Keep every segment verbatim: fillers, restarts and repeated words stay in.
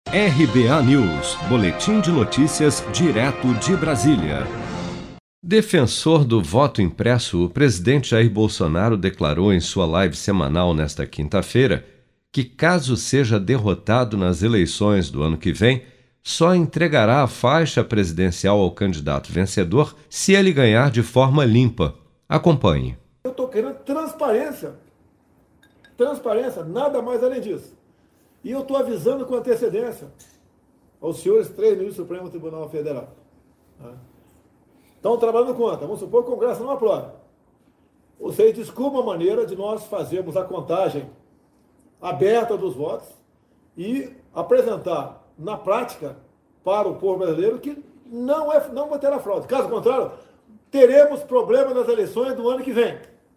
R B A News, boletim de notícias direto de Brasília. Defensor do voto impresso, o presidente Jair Bolsonaro declarou em sua live semanal nesta quinta-feira que, caso seja derrotado nas eleições do ano que vem, só entregará a faixa presidencial ao candidato vencedor se ele ganhar de forma limpa. Acompanhe. Eu estou querendo transparência. Transparência, nada mais além disso. E eu estou avisando com antecedência aos senhores três ministros do Supremo Tribunal Federal. Estão trabalhando contra. Vamos supor que o Congresso não aprove. Ou seja, desculpa uma maneira de nós fazermos a contagem aberta dos votos e apresentar na prática para o povo brasileiro que não, é, não terá fraude. Caso contrário, teremos problema nas eleições do ano que vem.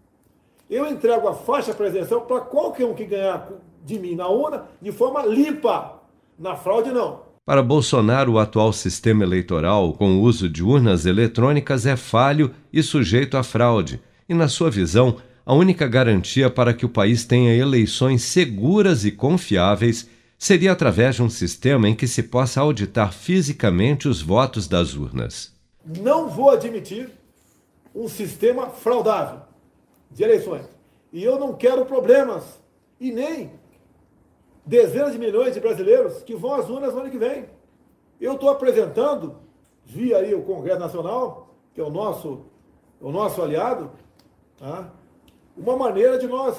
Eu entrego a faixa presidencial para qualquer um que ganhar de mim na urna de forma limpa. Na fraude, não. Para Bolsonaro, o atual sistema eleitoral, com o uso de urnas eletrônicas, é falho e sujeito à fraude. E, na sua visão, a única garantia para que o país tenha eleições seguras e confiáveis seria através de um sistema em que se possa auditar fisicamente os votos das urnas. Não vou admitir um sistema fraudável de eleições. E eu não quero problemas, e nem dezenas de milhões de brasileiros que vão às urnas no ano que vem. Eu estou apresentando, via aí o Congresso Nacional, que é o nosso, o nosso aliado, tá? Uma maneira de nós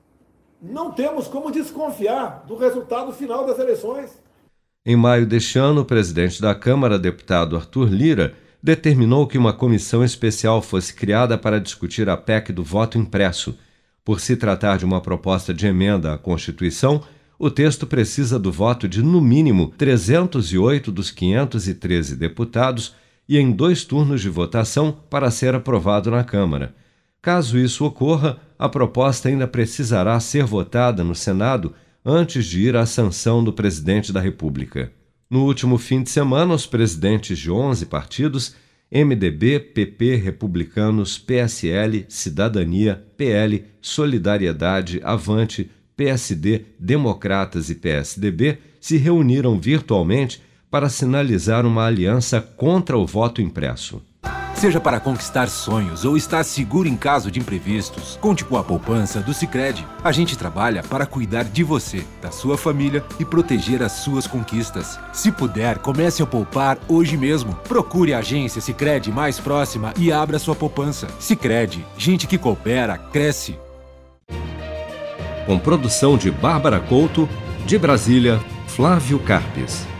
não termos como desconfiar do resultado final das eleições. Em maio deste ano, o presidente da Câmara, deputado Arthur Lira, determinou que uma comissão especial fosse criada para discutir a P E C do voto impresso. Por se tratar de uma proposta de emenda à Constituição, o texto precisa do voto de, no mínimo, trezentos e oito dos quinhentos e treze deputados e em dois turnos de votação para ser aprovado na Câmara. Caso isso ocorra, a proposta ainda precisará ser votada no Senado antes de ir à sanção do presidente da República. No último fim de semana, os presidentes de onze partidos, M D B, P P, Republicanos, P S L, Cidadania, P L, Solidariedade, Avante, P S D, Democratas e P S D B se reuniram virtualmente para sinalizar uma aliança contra o voto impresso. Seja para conquistar sonhos ou estar seguro em caso de imprevistos, conte com a poupança do Sicredi. A gente trabalha para cuidar de você, da sua família e proteger as suas conquistas. Se puder, comece a poupar hoje mesmo. Procure a agência Sicredi mais próxima e abra sua poupança. Sicredi, gente que coopera, cresce. Com produção de Bárbara Couto, de Brasília, Flávio Carpes.